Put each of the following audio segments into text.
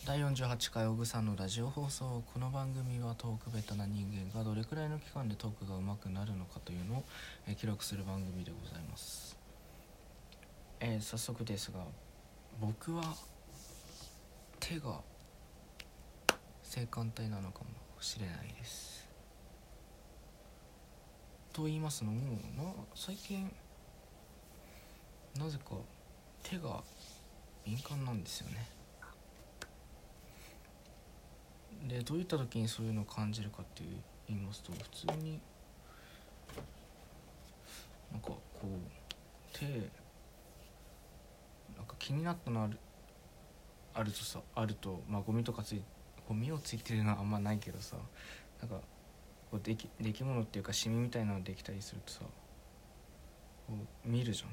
第48回オグさんのラジオ放送。この番組はトークベタな人間がどれくらいの期間でトークが上手くなるのかというのを記録する番組でございます。早速ですが、僕は手が性感帯なのかもしれないです。と言いますのも、最近なぜか手が敏感なんですよね。で、どういった時にそういうのを感じるかって言いますと、普通になんかこう手なんか気になったのあるとまあゴミをついてるのはあんまないけどさ、なんかこうでき物っていうかシミみたいなのできたりするとさ、こう見るじゃ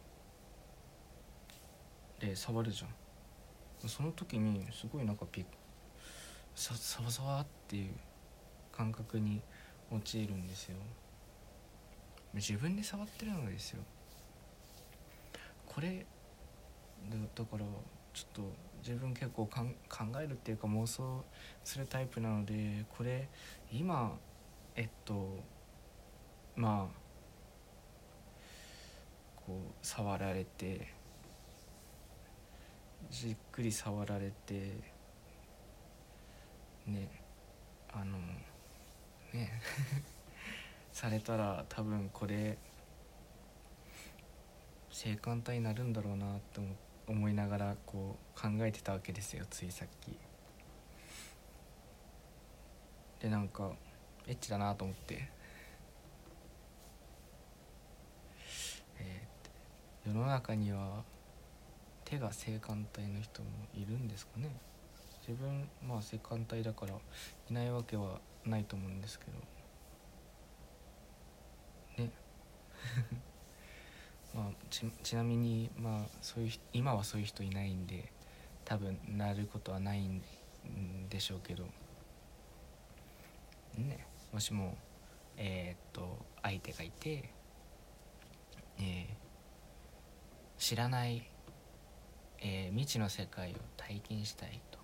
ん。で触るじゃん。その時にすごいなんかサワサワっていう感覚に陥るんですよ。自分で触ってるのですよ。これだからちょっと自分結構考えるっていうか妄想するタイプなので、これ今まあこう触られてじっくり触られてねされたら多分これ性感帯になるんだろうなって思いながらこう考えてたわけですよ、ついさっきで。なんかエッチだなと思って、世の中には手が性感帯の人もいるんですかね。自分性感帯だからいないわけはないと思うんですけどねちなみにそういう今はそういう人いないんで多分なることはないんでしょうけどね。もしも相手がいて、知らない、未知の世界を体験したいと、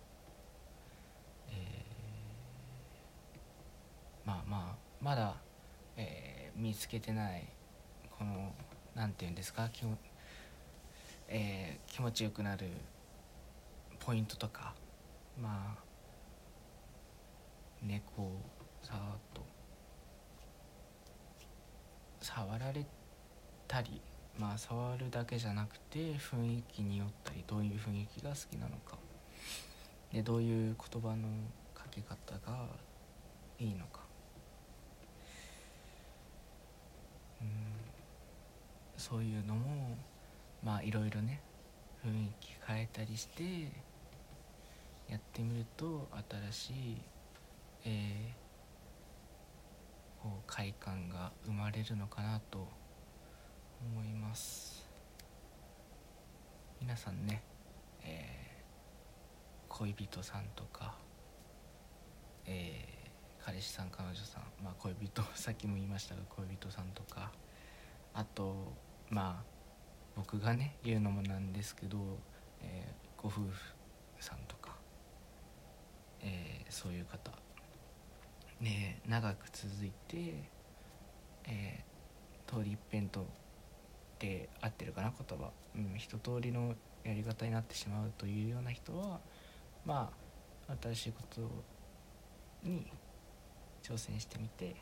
まだ、見つけてないこのなんていうんですか、気持ちよくなるポイントとか、こうさーっと触られたり、触るだけじゃなくて雰囲気によったり、どういう雰囲気が好きなのかで、どういう言葉のかけ方がいいのか、そういうのもいろいろね、雰囲気変えたりしてやってみると新しい、こう快感が生まれるのかなと思います。皆さんね、恋人さんとか、彼氏さん彼女さん、恋人さっきも言いましたが恋人さんとか、あと僕がね言うのもなんですけど、ご夫婦さんとか、そういう方ね、長く続いて、通り一遍とで合ってるかな言葉、一通りのやり方になってしまうというような人は新しいことに挑戦してみて、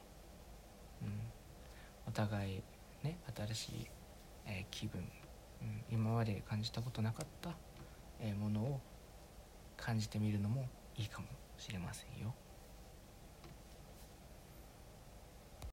お互いね新しい、気分、今まで感じたことなかった、ものを感じてみるのもいいかもしれませんよ。